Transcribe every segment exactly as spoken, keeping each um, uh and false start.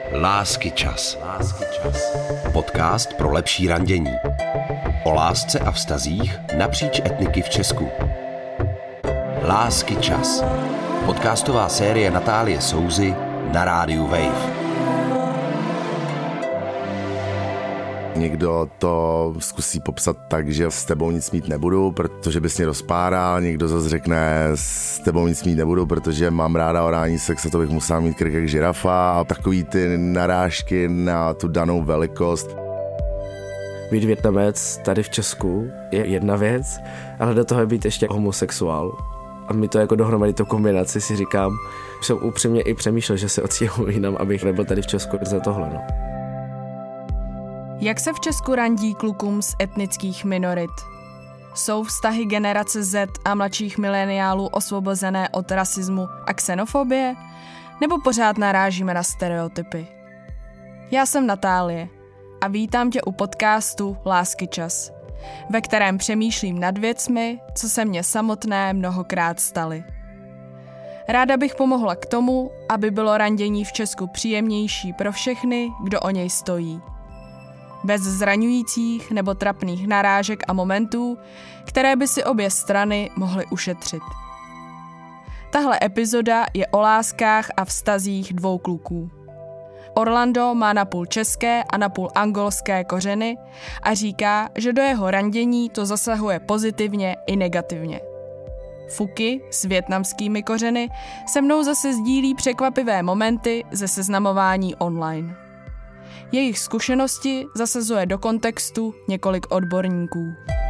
Lásky čas. Podcast pro lepší randění. O lásce a vztazích napříč etniky v Česku. Lásky čas. Podcastová série Natálie Souzy na rádiu Wave. Někdo to zkusí popsat tak, že s tebou nic mít nebudu, protože bys mě rozpáral, někdo zase řekne s tebou nic mít nebudu, protože mám ráda orální sex a to bych musela mít krk jak žirafa a takový ty narážky na tu danou velikost. Být Vietnamec tady v Česku je jedna věc, ale do toho je být ještě homosexuál. A mi to jako dohromady tu kombinaci si říkám, že jsem upřímně i přemýšlel, že se odstěhuji jinam, abych nebyl tady v Česku za tohle, no. Jak se v Česku randí klukům z etnických minorit? Jsou vztahy generace Z a mladších mileniálů osvobozené od rasismu a xenofobie? Nebo pořád narážíme na stereotypy? Já jsem Natálie a vítám tě u podcastu Lásky čas, ve kterém přemýšlím nad věcmi, co se mně samotné mnohokrát staly. Ráda bych pomohla k tomu, aby bylo randění v Česku příjemnější pro všechny, kdo o něj stojí. Bez zraňujících nebo trapných narážek a momentů, které by si obě strany mohly ušetřit. Tahle epizoda je o láskách a vztazích dvou kluků. Orlando má napůl české a napůl angolské kořeny a říká, že do jeho randění to zasahuje pozitivně i negativně. Fuky s vietnamskými kořeny se mnou zase sdílí překvapivé momenty ze seznamování online. Jejich zkušenosti zasazuje do kontextu několik odborníků.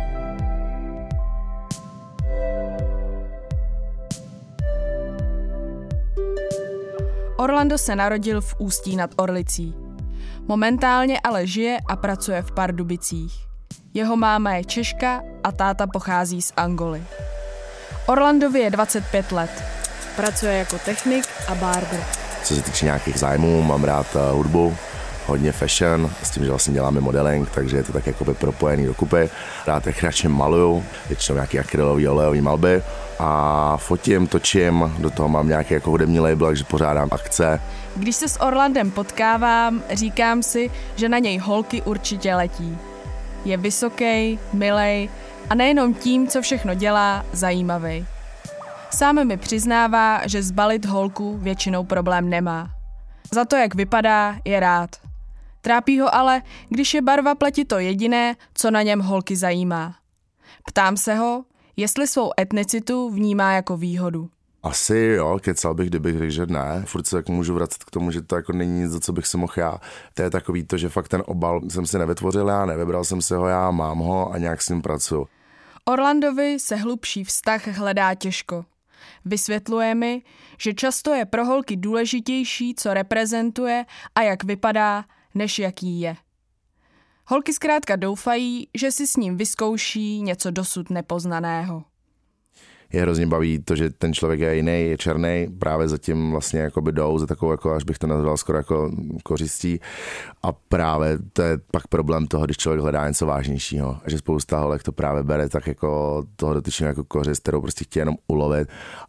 Orlando se narodil v Ústí nad Orlicí. Momentálně ale žije a pracuje v Pardubicích. Jeho máma je Češka a táta pochází z Angoly. Orlandovi je dvacet pět let. Pracuje jako technik a barber. Co se týče nějakých zájmů, mám rád hudbu, hodně fashion, s tím, že vlastně děláme modeling, takže je to tak jakoby propojený dokupy. Rád rekreačně maluju, většinou nějaký akrylový, olejový malby a fotím, točím, do toho mám nějaký jako hudební label, takže pořádám akce. Když se s Orlandem potkávám, říkám si, že na něj holky určitě letí. Je vysoký, milej a nejenom tím, co všechno dělá, zajímavý. Sám mi přiznává, že zbalit holku většinou problém nemá. Za to, jak vypadá, je rád. Trápí ho ale, když je barva pleti to jediné, co na něm holky zajímá. Ptám se ho, jestli svou etnicitu vnímá jako výhodu. Asi jo, kecal bych, kdybych řekl, že ne. Furt se jako můžu vracet k tomu, že to jako není nic, za co bych se mohl já. To je takový to, že fakt ten obal jsem si nevytvořil já, nevybral jsem si ho já, mám ho a nějak s ním pracuju. Orlandovi se hlubší vztah hledá těžko. Vysvětluje mi, že často je pro holky důležitější, co reprezentuje a jak vypadá, než jaký je. Holky zkrátka doufají, že si s ním vyzkouší něco dosud nepoznaného. Je hrozně baví to, že ten člověk je jiný, je černý, právě zatím vlastně jakoby jdou za takovou, jako, až bych to nazval skoro jako kořistí. A právě to je pak problém toho, když člověk hledá něco vážnějšího. Že spousta holek to právě bere tak jako toho dotyčného jako kořist, kterou prostě chtějí jenom ulovit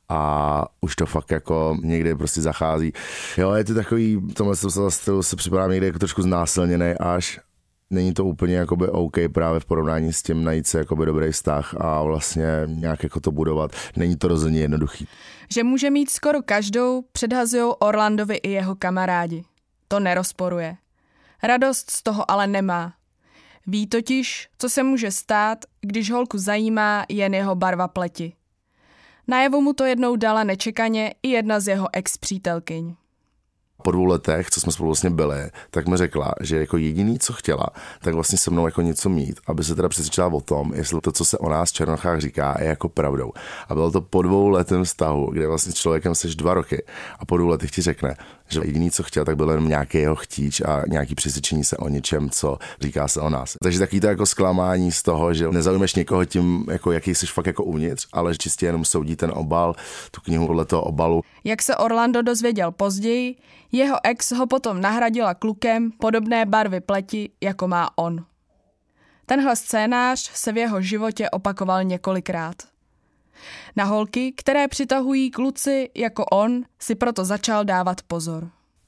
a už to fakt jako někdy prostě zachází. Jo, je to takový, v tomhle stylu se připadám někdy jako trošku znásilněný až. Není to úplně jakoby OK právě v porovnání s tím najít se jakoby dobrý vztah a vlastně nějak jako to budovat. Není to rozhodně jednoduchý. Že může mít skoro každou, předhazujou Orlandovi i jeho kamarádi. To nerozporuje. Radost z toho ale nemá. Ví totiž, co se může stát, když holku zajímá jen jeho barva pleti. Najevo mu to jednou dala nečekaně i jedna z jeho ex-přítelkyň. Po dvou letech, co jsme spolu vlastně byli, tak mi řekla, že jako jediný, co chtěla, tak vlastně se mnou jako něco mít, aby se teda přesvědčila o tom, jestli to, co se o nás Černochách říká, je jako pravdou. A bylo to po dvou letém vztahu, kde vlastně s člověkem seš dva roky a po dvou letech ti řekne, že jediný, co chtěl, tak byl jenom nějaký jeho chtíč a nějaký přesvědčení se o něčem, co říká se o nás. Takže takový to jako zklamání z toho, že nezaujmeš někoho tím, jako jaký jsi fakt jako uvnitř, ale že čistě jenom soudí ten obal, tu knihu podle toho obalu. Jak se Orlando dozvěděl později, jeho ex ho potom nahradila klukem podobné barvy pleti, jako má on. Tenhle scénář se v jeho životě opakoval několikrát. Na holky, které přitahují kluci jako on, si proto začal dávat pozor.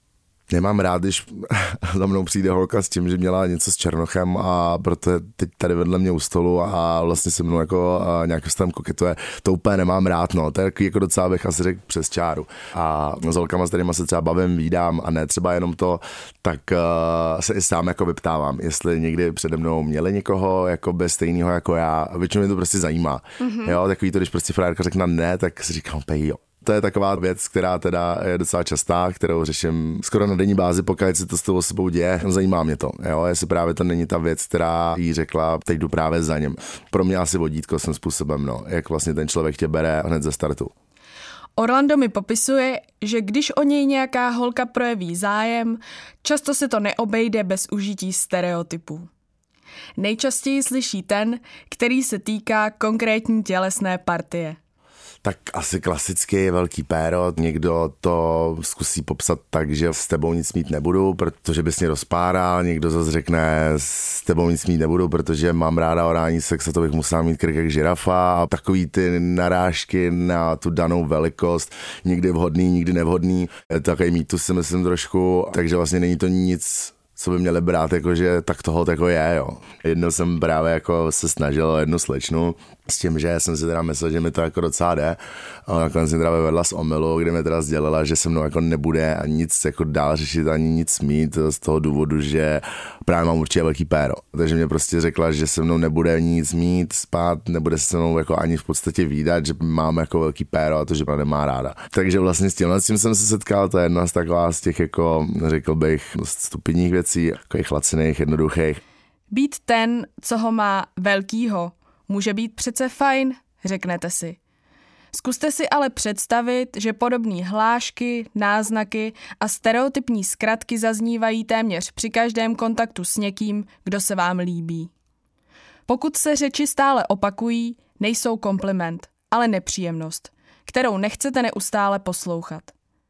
Nemám rád, když za mnou přijde holka s tím, že měla něco s černochem a proto je teď tady vedle mě u stolu a vlastně se mnou jako nějakým tam koketuje. To úplně nemám rád, no. To je jako docela bych asi řekl přes čáru. A s holkama, s kterýma se třeba bavím, vídám a ne třeba jenom to, tak uh, se i sám jako vyptávám, jestli někdy přede mnou měli někoho jako bez stejného jako já. Většinou mě to prostě zajímá. Mm-hmm. Jo, takový to, když prostě frajerka řekne ne, tak si říkám, pej, jo. To je taková věc, která teda je docela častá, kterou řeším skoro na denní bázi, pokud se to s tou osobou děje. Zajímá mě to, jo, jestli právě to není ta věc, která jí řekla, teď jdu právě za ním. Pro mě asi vodítko svým způsobem, no, jak vlastně ten člověk tě bere hned ze startu. Orlando mi popisuje, že když o něj nějaká holka projeví zájem, často se to neobejde bez užití stereotypů. Nejčastěji slyší ten, který se týká konkrétní tělesné partie. Tak asi klasicky je velký péro, někdo to zkusí popsat tak, že s tebou nic mít nebudu, protože bys mě rozpáral, někdo zase řekne s tebou nic mít nebudu, protože mám ráda orální sex a to bych musela mít krk jak žirafa a takový ty narážky na tu danou velikost, někdy vhodný, nikdy nevhodný, je to takový mýtus si myslím trošku, takže vlastně není to nic, co by měli brát, jakože tak toho jako je, jo. Jednou jsem právě jako se snažil o jednu slečnu, s tím, že jsem si teda myslel, že mi to jako docela jde. A nakonec jsem teda vyvedla z omylu, kde mi teda sdělila, že se mnou jako nebude a nic jako dál řešit, ani nic mít z toho důvodu, že právě mám určitě velký péro. Takže mě prostě řekla, že se mnou nebude nic mít, spát, nebude se mnou jako ani v podstatě vídat, že mám jako velký péro a to, že mě nemá ráda. Takže vlastně s tím, s tím jsem se setkal, to je jedna z taková z těch jako, řekl bych, stupidních věcí, jako laciných, jednoduchých. Být ten, co ho má velkýho, může být přece fajn, řeknete si. Zkuste si ale představit, že podobné hlášky, náznaky a stereotypní zkratky zaznívají téměř při každém kontaktu s někým, kdo se vám líbí. Pokud se řeči stále opakují, nejsou kompliment, ale nepříjemnost, kterou nechcete neustále poslouchat.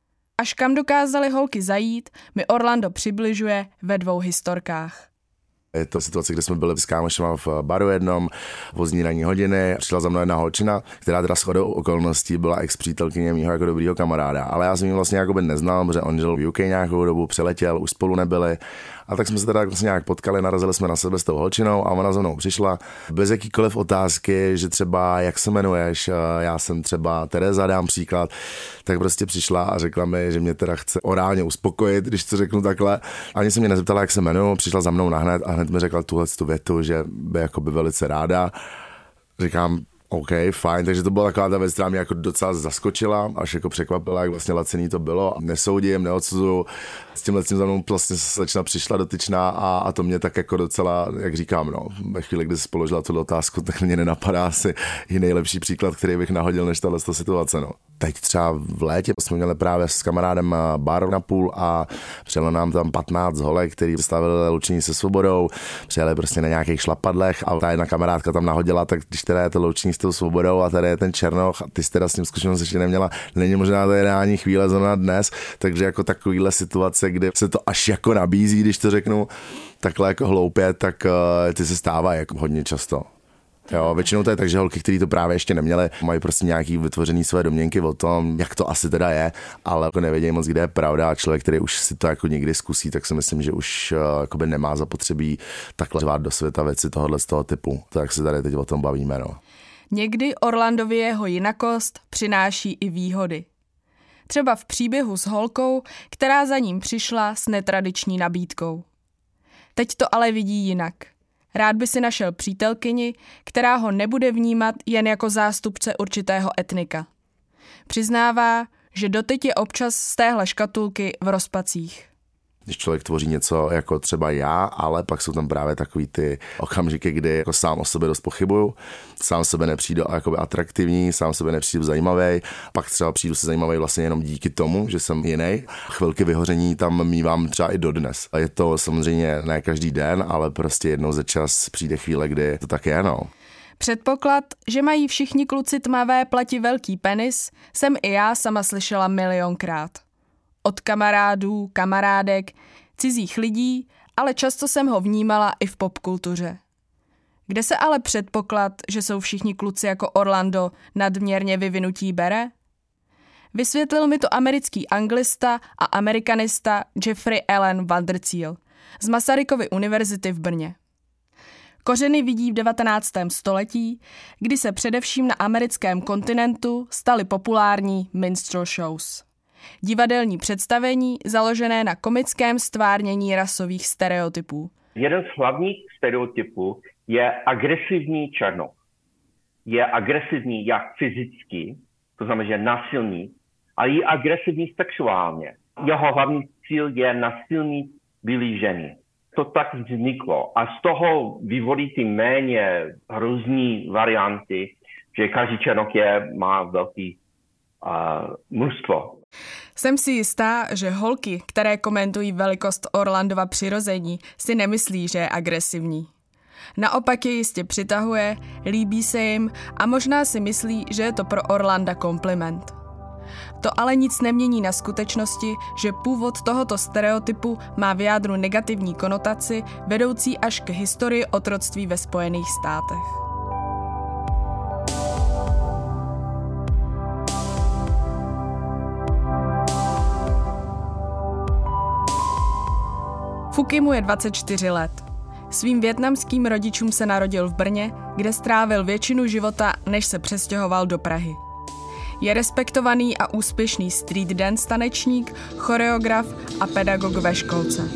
Až kam dokázali holky zajít, mi Orlando přibližuje ve dvou historkách. Je to situace, kde jsme byli s kámošema v baru jednom, pozdní ranní hodiny, přišla za mnou jedna holčina, která teda shodou okolností byla ex-přítelkyně mýho jako dobrýho kamaráda, ale já jsem ji vlastně jakoby neznal, protože on žil v U K nějakou dobu, přiletěl, už spolu nebyli. A tak jsme se teda vlastně nějak potkali, narazili jsme na sebe s tou holčinou a ona za mnou přišla bez jakýkoliv otázky, že třeba jak se jmenuješ, já jsem třeba Tereza, dám příklad, tak prostě přišla a řekla mi, že mě teda chce orálně uspokojit, když to řeknu takhle. Ani se mě nezeptala, jak se jmenuju, přišla za mnou nahned a hned mi řekla tuhle tu větu, že by jakoby velice ráda. Říkám, OK, fajn, takže to byla taková ta věc, která mě jako docela zaskočila, až jako překvapila, jak vlastně lacený to bylo. Nesoudím, neodsuzuju, s tímhle tím za mnou vlastně slečna přišla dotyčná a, a to mě tak jako docela, jak říkám, no, ve chvíli, kdy jsi položila tu otázku, tak mě nenapadá asi jiný lepší příklad, který bych nahodil, než tahle situace, no. Teď třeba v létě jsme měli právě s kamarádem bar na půl a přijelo nám tam patnáct holek, který stavili loučení se svobodou, přijeli prostě na nějakých šlapadlech a ta jedna kamarádka tam nahodila, tak když teda je to loučení s tou svobodou a tady je ten černoch a ty jsi teda s tím zkušenost ještě neměla, není možná to ideální chvíle zrovna dnes, takže jako takovýhle situace, kdy se to až jako nabízí, když to řeknu takhle jako hloupě, tak uh, ty se stávají jako hodně často. Jo, většinou to je tak, že holky, kteří to právě ještě neměli, mají prostě nějaký vytvořený své domněnky o tom, jak to asi teda je, ale jako nevědějí moc, kde je pravda a člověk, který už si to jako někdy zkusí, tak si myslím, že už uh, jakoby nemá zapotřebí takhle řvát do světa věci tohohle z toho typu. Tak se tady teď o tom bavíme, no. Někdy Orlandovi jeho jinakost přináší i výhody. Třeba v příběhu s holkou, která za ním přišla s netradiční nabídkou. Teď to ale vidí jinak. Rád by si našel přítelkyni, která ho nebude vnímat jen jako zástupce určitého etnika. Přiznává, že doteď je občas z téhle škatulky v rozpacích. Když člověk tvoří něco jako třeba já, ale pak jsou tam právě takový ty okamžiky, kdy jako sám o sobě dost pochybuju, sám sebe nepřijdu jakoby atraktivní, sám sebe nepřijdu zajímavý, pak třeba přijdu se zajímavý vlastně jenom díky tomu, že jsem jiný. Chvilky vyhoření tam mívám třeba i dodnes. A je to samozřejmě ne každý den, ale prostě jednou za čas přijde chvíle, kdy to tak je, no. Předpoklad, že mají všichni kluci tmavé plati velký penis, jsem i já sama slyšela milionkrát. Od kamarádů, kamarádek, cizích lidí, ale často jsem ho vnímala i v popkultuře. Kde se ale předpoklad, že jsou všichni kluci jako Orlando nadměrně vyvinutí bere? Vysvětlil mi to americký anglista a amerikanista Jeffrey Allen Vanderziel z Masarykovy univerzity v Brně. Kořeny vidí v devatenáctém století, kdy se především na americkém kontinentu staly populární minstrel shows. Divadelní představení založené na komickém stvárnění rasových stereotypů. Jeden z hlavních stereotypů je agresivní černoch. Je agresivní jak fyzicky, to znamená, že je násilný, ale i agresivní sexuálně. Jeho hlavní cíl je násilný bílý ženy. To tak vzniklo a z toho vyvodí ty méně hrozný varianty, že každý černoch je, má velký uh, mužstvo. Jsem si jistá, že holky, které komentují velikost Orlandova přirození, si nemyslí, že je agresivní. Naopak je jistě přitahuje, líbí se jim a možná si myslí, že je to pro Orlanda kompliment. To ale nic nemění na skutečnosti, že původ tohoto stereotypu má v jádru negativní konotaci, vedoucí až k historii otroctví ve Spojených státech. Fuky mu je dvacet čtyři let. Svým vietnamským rodičům se narodil v Brně, kde strávil většinu života, než se přestěhoval do Prahy. Je respektovaný a úspěšný street dance tanečník, choreograf a pedagog ve školce.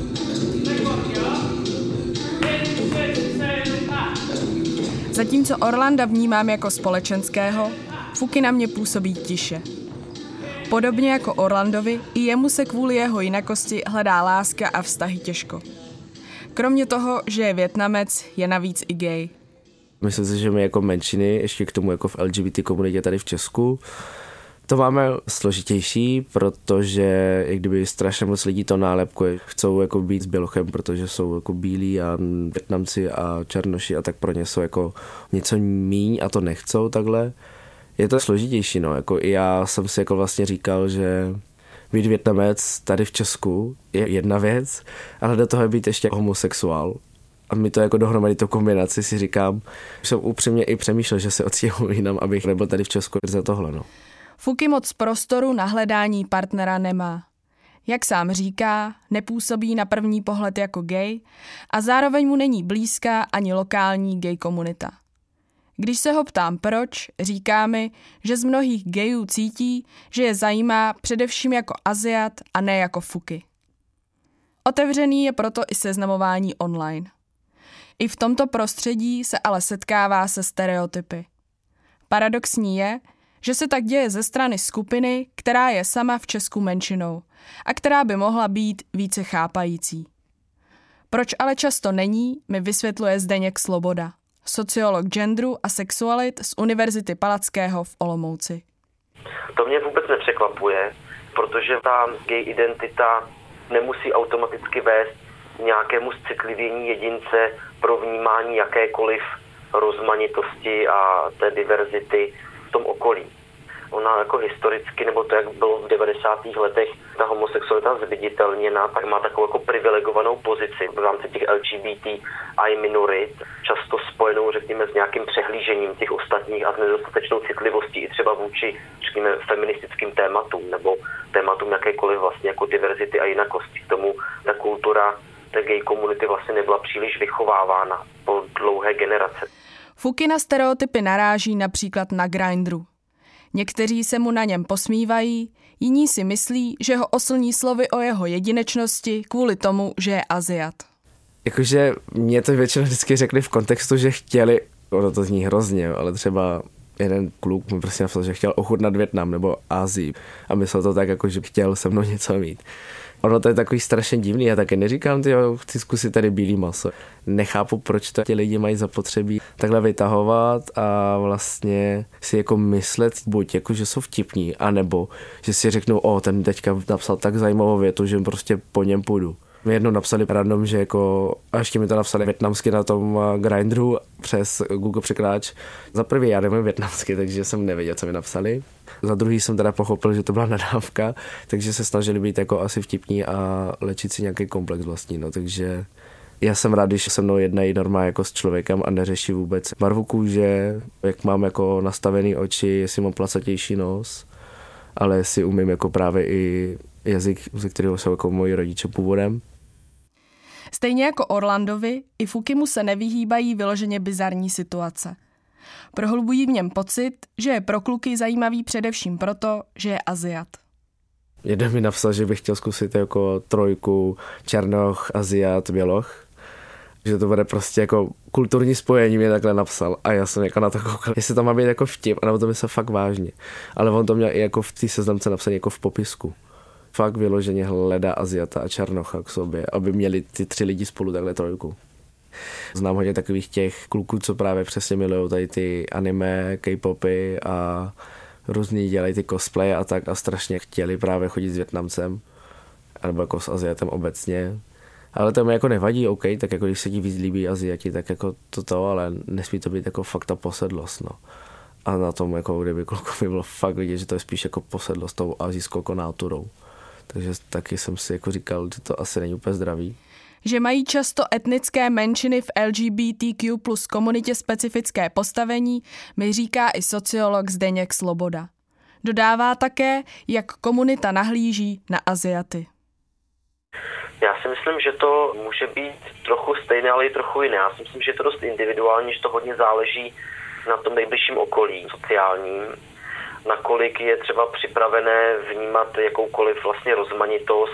Zatímco Orlanda vnímám jako společenského, Fuky na mě působí tiše. Podobně jako Orlandovi, i jemu se kvůli jeho jinakosti hledá láska a vztahy těžko. Kromě toho, že je Vietnamec, je navíc i gay. Myslím si, že my jako menšiny, ještě k tomu jako v L G B T komunitě tady v Česku, to máme složitější, protože i kdyby strašně moc lidí to nálepkuje, chcou jako být s bělochem, protože jsou jako bílí a Vietnamci a černoši a tak pro ně jsou jako něco míň a to nechcou takhle. Je to složitější, no, jako i já jsem si jako vlastně říkal, že být Vietnamec tady v Česku je jedna věc, ale do toho je být ještě homosexuál. A mi to jako dohromady tu kombinaci si říkám, jsem upřímně i přemýšlel, že se odstěhuji jinam, abych nebyl tady v Česku za tohle, no. Fuky moc prostoru na hledání partnera nemá. Jak sám říká, nepůsobí na první pohled jako gay a zároveň mu není blízká ani lokální gay komunita. Když se ho ptám proč, říká mi, že z mnohých gayů cítí, že je zajímá především jako Aziat a ne jako Fuky. Otevřený je proto i seznamování online. I v tomto prostředí se ale setkává se stereotypy. Paradoxní je, že se tak děje ze strany skupiny, která je sama v Česku menšinou a která by mohla být více chápající. Proč ale často není, mi vysvětluje Zdeněk Sloboda, sociolog genderu a sexualit z Univerzity Palackého v Olomouci. To mě vůbec nepřekvapuje, protože ta gay identita nemusí automaticky vést nějakému citlivění jedince pro vnímání jakékoliv rozmanitosti a té diverzity v tom okolí. Ona jako historicky, nebo to, jak bylo v devadesátých letech, ta homosexualita zviditelněna, tak má takovou jako privilegovanou pozici v rámci těch L G B T I minorit, často spojenou, řekněme, s nějakým přehlížením těch ostatních a s nedostatečnou citlivostí i třeba vůči, řekněme, feministickým tématům nebo tématům jakékoliv vlastně jako diverzity a jinakosti. K tomu ta kultura té gay komunity vlastně nebyla příliš vychovávána po dlouhé generace. Fuky na stereotypy naráží například na Grindru. Někteří se mu na něm posmívají, jiní si myslí, že ho oslní slovy o jeho jedinečnosti kvůli tomu, že je Aziat. Jakože mě to většinou vždycky řekli v kontextu, že chtěli, ono to zní hrozně, ale třeba jeden kluk mi prostě napsal, že chtěl ochutnat Vietnam nebo Asii a myslel to tak, jako že chtěl se mnou něco mít. Ono to je takový strašně divný, já taky neříkám, tyjo, chci zkusit tady bílý maso. Nechápu, proč to ti lidi mají zapotřebí takhle vytahovat a vlastně si jako myslet buď jako, že jsou vtipní, anebo že si řeknou, o, ten teďka napsal tak zajímavou větu, že prostě po něm půjdu. Mi jednou napsali random, že jako, a ještě mi to napsali vietnamsky na tom Grindru přes Google překláč. Za prvý já nevím vietnamsky, takže jsem nevěděl, co mi napsali. Za druhý jsem teda pochopil, že to byla nadávka, takže se snažili být jako asi vtipní a léčit si nějaký komplex vlastní, no, takže já jsem rád, když se mnou jednají normálně jako s člověkem a neřeší vůbec barvu kůže, jak mám jako nastavený oči, jestli mám placatější nos ale si umím jako právě i jazyk, ze kterého jsou jako moji rodiče původem. Stejně jako Orlandovi, i Fukimu se nevyhýbají vyloženě bizarní situace. Prohlubují v něm pocit, že je pro kluky zajímavý především proto, že je Aziat. Jeden mi napsal, že bych chtěl zkusit jako trojku černoch, Aziat, běloch. Že to bude prostě jako kulturní spojení, mě takhle napsal. A já jsem jako na to koukal, jestli to má být jako vtip, anebo to myslel fakt vážně. Ale on to měl i jako v té seznamce napsané jako v popisku. Fakt vyloženě hledá Aziata a černocha k sobě, aby měli ty tři lidi spolu takhle trojku. Znám hodně takových těch kluků, co právě přesně milují tady ty anime, K-popy a různý dělají ty cosplay a tak a strašně chtěli právě chodit s Vietnamcem, nebo jako s Aziatem obecně. Ale to mi jako nevadí, OK, tak jako když se ti víc líbí Aziati, tak jako to to, ale nesmí to být jako fakt ta posedlost, no. A na tom jako kdyby klukovi bylo fakt vidět, že to je spíš jako posedlost tou asijskou konáturou. Takže taky jsem si jako říkal, že to asi není úplně zdravý. Že mají často etnické menšiny v L G B T Q plus komunitě specifické postavení, mi říká i sociolog Zdeněk Sloboda. Dodává také, jak komunita nahlíží na Aziaty. Já si myslím, že to může být trochu stejné, ale i trochu jiné. Já si myslím, že je to dost individuální, že to hodně záleží na tom nejbližším okolí sociálním, nakolik je třeba připravené vnímat jakoukoliv vlastně rozmanitost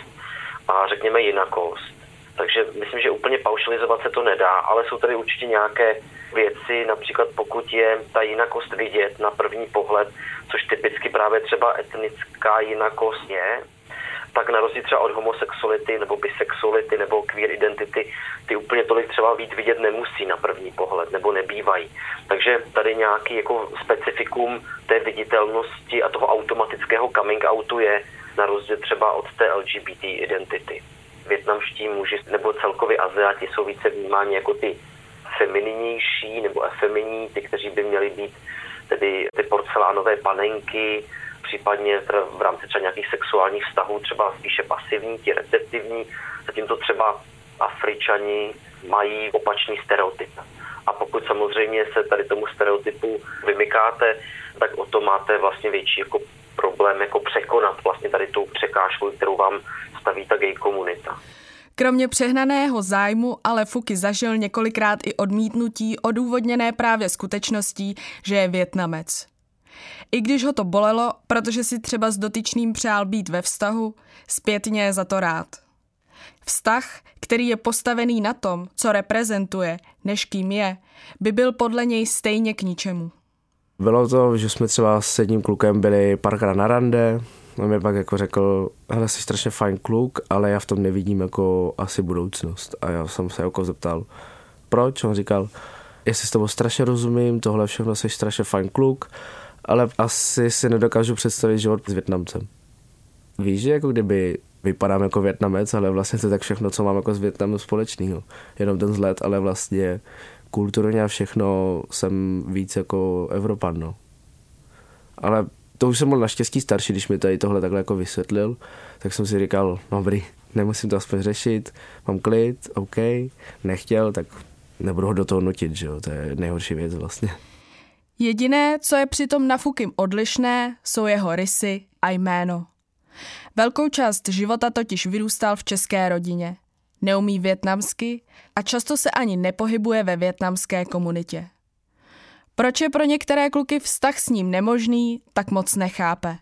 a řekněme jinakost. Takže myslím, že úplně paušalizovat se to nedá, ale jsou tady určitě nějaké věci, například pokud je ta jinakost vidět na první pohled, což typicky právě třeba etnická jinakost je, tak na rozdíl třeba od homosexuality nebo bisexuality nebo queer identity, ty úplně tolik třeba víc vidět nemusí na první pohled nebo nebývají. Takže tady nějaký jako specifikum té viditelnosti a toho automatického coming outu je na rozdíl třeba od té L G B T identity. Vietnamští muži nebo celkově Aziati jsou více vnímáni jako ty femininější nebo efeminní, ty, kteří by měli být tedy ty porcelánové panenky, případně v rámci třeba nějakých sexuálních vztahů třeba spíše pasivní, ti receptivní, zatímco třeba Afričani mají opačný stereotyp. A pokud samozřejmě se tady tomu stereotypu vymykáte, tak o to máte vlastně větší jako problém jako překonat vlastně tady tu překážku, kterou vám staví ta gay komunita. Kromě přehnaného zájmu ale Fuky zažil několikrát i odmítnutí odůvodněné právě skutečností, že je Vietnamec. I když ho to bolelo, protože si třeba s dotyčným přál být ve vztahu, zpětně je za to rád. Vztah, který je postavený na tom, co reprezentuje, než kým je, by byl podle něj stejně k ničemu. Bylo to, že jsme třeba s jedním klukem byli párkrát na rande, on mi pak jako řekl, hele, jsi strašně fajn kluk, ale já v tom nevidím jako asi budoucnost. A já jsem se jako zeptal, proč? On říkal, jestli s tebou strašně rozumím, tohle všechno, jsi strašně fajn kluk, ale asi si nedokážu představit život s Vietnamcem. Víš, že jako kdyby vypadám jako Vietnamec, ale vlastně to je tak všechno, co mám jako s Vietnamem společného. Jenom ten vzhled, ale vlastně kulturně a všechno jsem víc jako Evropan, no. Ale to už jsem byl naštěstí starší, když mi tady tohle takhle jako vysvětlil, tak jsem si říkal, dobrý, nemusím to aspoň řešit, mám klid, OK, nechtěl, tak nebudu ho do toho nutit, že jo, to je nejhorší věc vlastně. Jediné, co je přitom na Fukim odlišné, jsou jeho rysy a jméno. Velkou část života totiž vyrůstal v české rodině. Neumí vietnamsky a často se ani nepohybuje ve vietnamské komunitě. Proč je pro některé kluky vztah s ním nemožný, tak moc nechápe.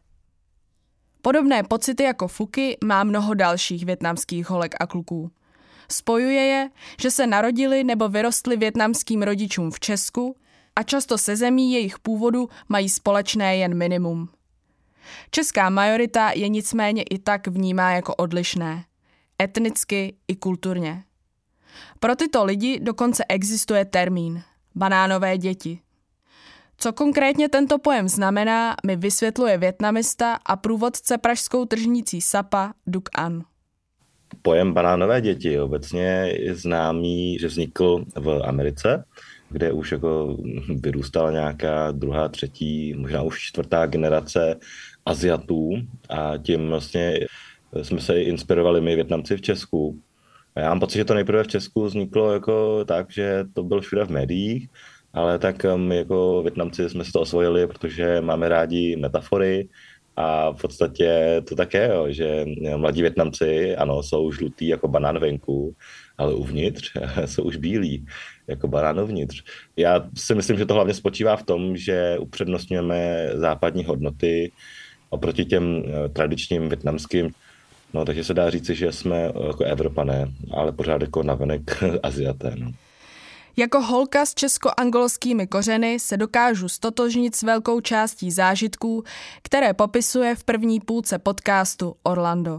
Podobné pocity jako Fuky má mnoho dalších vietnamských holek a kluků. Spojuje je, že se narodili nebo vyrostli vietnamským rodičům v Česku a často se zemí jejich původu mají společné jen minimum. Česká majorita je nicméně i tak vnímá jako odlišné. Etnicky i kulturně. Pro tyto lidi dokonce existuje termín – banánové děti. Co konkrétně tento pojem znamená, mi vysvětluje vietnamista a průvodce pražskou tržnicí Sapa Duc An. Pojem banánové děti obecně je známý, že vznikl v Americe, kde už jako vyrůstala nějaká druhá, třetí, možná už čtvrtá generace Aziatů a tím vlastně jsme se inspirovali my Vietnamci v Česku. A já mám pocit, že to nejprve v Česku vzniklo jako tak, že to bylo všude v médiích, ale tak my jako Vietnamci jsme si to osvojili, protože máme rádi metafory A v podstatě to tak je, jo, že mladí Vietnamci, ano, jsou žlutý jako banán venku, ale uvnitř jsou už bílí, jako banán uvnitř. Já si myslím, že to hlavně spočívá v tom, že upřednostňujeme západní hodnoty oproti těm tradičním vietnamským. No, takže se dá říci, že jsme jako Evropané, ale pořád jako navenek Aziaté. No. Jako holka s česko-angolskými kořeny se dokážu stotožnit s velkou částí zážitků, které popisuje v první půlce podcastu Orlando.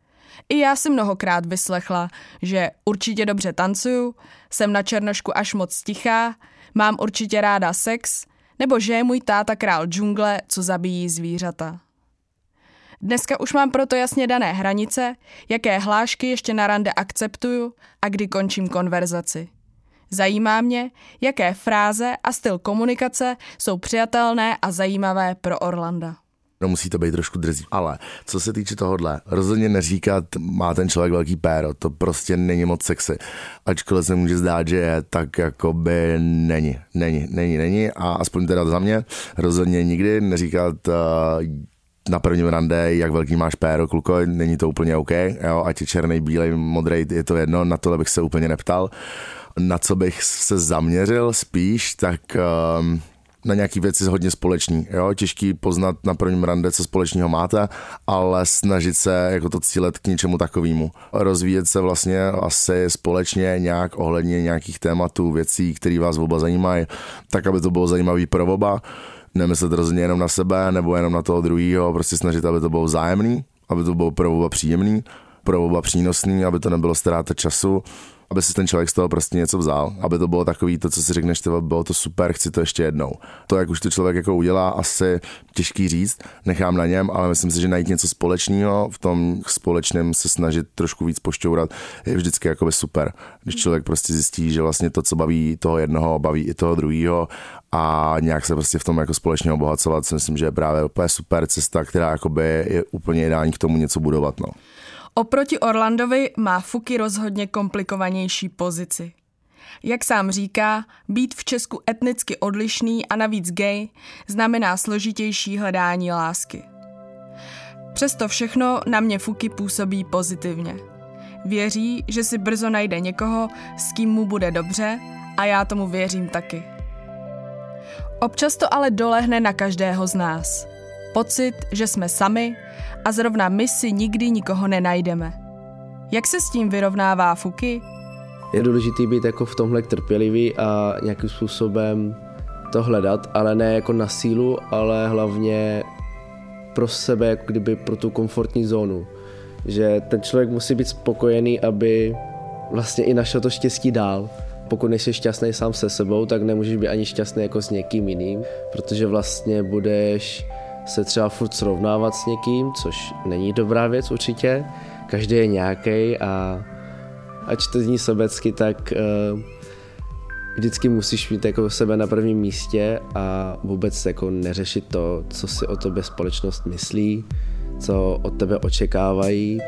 I já si mnohokrát vyslechla, že určitě dobře tancuju, jsem na černošku až moc tichá, mám určitě ráda sex, nebo že je můj táta král džungle, co zabíjí zvířata. Dneska už mám proto jasně dané hranice, jaké hlášky ještě na rande akceptuju a kdy končím konverzaci. Zajímá mě, jaké fráze a styl komunikace jsou přijatelné a zajímavé pro Orlanda. No musí to být trošku drzí. Ale co se týče tohohle, rozhodně neříkat, má ten člověk velký péro, to prostě není moc sexy. Ačkoliv se může zdát, že je, tak jakoby není, není, není, není a aspoň teda za mě rozhodně nikdy neříkat uh, na prvním rande, jak velký máš péro, kluko, není to úplně OK, jo, ať je černý, bílej, modrej, je to jedno, na tohle bych se úplně neptal. Na co bych se zaměřil spíš, tak um, na nějaký věci hodně společný. Jo? Těžký poznat na prvním rande, co společného máte, ale snažit se jako to cílet k něčemu takovému. Rozvíjet se vlastně asi společně nějak ohledně nějakých tématů, věcí, které vás oba zajímají, tak, aby to bylo zajímavý pro oba. Nemyslet rozhodně jenom na sebe nebo jenom na toho druhého, prostě snažit, aby to bylo vzájemný, aby to bylo pro oba příjemný, pro oba přínosný, aby to nebylo ztráta času, aby si ten člověk z toho prostě něco vzal, aby to bylo takový to, co si řekneš, tyva, bylo to super, chci to ještě jednou. To, jak už to člověk jako udělá, asi těžký říct, nechám na něm, ale myslím si, že najít něco společného, v tom společném se snažit trošku víc pošťourat, je vždycky jakoby super. Když člověk prostě zjistí, že vlastně to, co baví toho jednoho, baví i toho druhého a nějak se prostě v tom jako společně obohacovat, si myslím, že je právě úplně super cesta, která jakoby je úplně ideální k tomu něco budovat. No. Oproti Orlandovi má Fuky rozhodně komplikovanější pozici. Jak sám říká, být v Česku etnicky odlišný a navíc gay znamená složitější hledání lásky. Přesto všechno na mě Fuky působí pozitivně. Věří, že si brzo najde někoho, s kým mu bude dobře a já tomu věřím taky. Občas to ale dolehne na každého z nás. Pocit, že jsme sami a zrovna my si nikdy nikoho nenajdeme. Jak se s tím vyrovnává Fuky? Je důležité být jako v tomhle trpělivý a nějakým způsobem to hledat, ale ne jako na sílu, ale hlavně pro sebe, jako kdyby pro tu komfortní zónu. Že ten člověk musí být spokojený, aby vlastně i našel to štěstí dál. Pokud nejsi šťastný sám se sebou, tak nemůžeš být ani šťastný jako s někým jiným, protože vlastně budeš se třeba furt srovnávat s někým, což není dobrá věc určitě. Každý je nějaký a ať to zní sobecky, tak uh, vždycky musíš mít jako sebe na prvním místě a vůbec jako neřešit to, co si o tobě společnost myslí, co od tebe očekávají.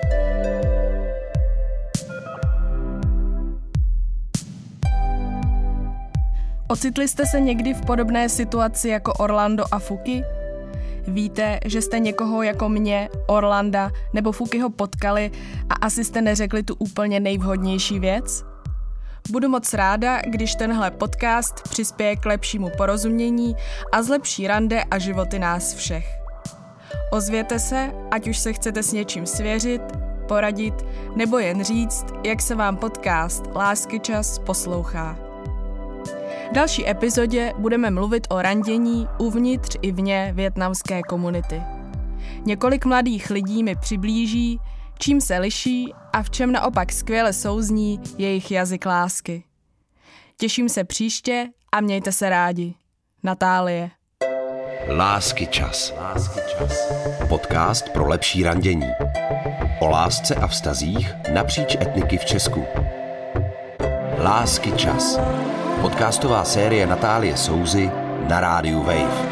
Ocitli jste se někdy v podobné situaci jako Orlando a Fuky? Víte, že jste někoho jako mě, Orlanda nebo Fukyho potkali a asi jste neřekli tu úplně nejvhodnější věc? Budu moc ráda, když tenhle podcast přispěje k lepšímu porozumění a zlepší rande a životy nás všech. Ozvěte se, ať už se chcete s něčím svěřit, poradit nebo jen říct, jak se vám podcast Láskyčas poslouchá. V další epizodě budeme mluvit o randění uvnitř i vně vietnamské komunity. Několik mladých lidí mi přiblíží, čím se liší a v čem naopak skvěle souzní jejich jazyk lásky. Těším se příště a mějte se rádi. Natálie. Láskyčas. Podcast pro lepší randění. O lásce a vztazích napříč etniky v Česku. Láskyčas. Podcastová série Natálie Souzy na rádiu Wave.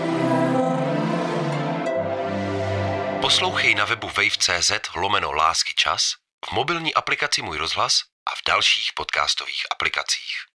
Poslouchej na webu wave tečka cé zet lomeno láskyčas, v mobilní aplikaci Můj rozhlas a v dalších podcastových aplikacích.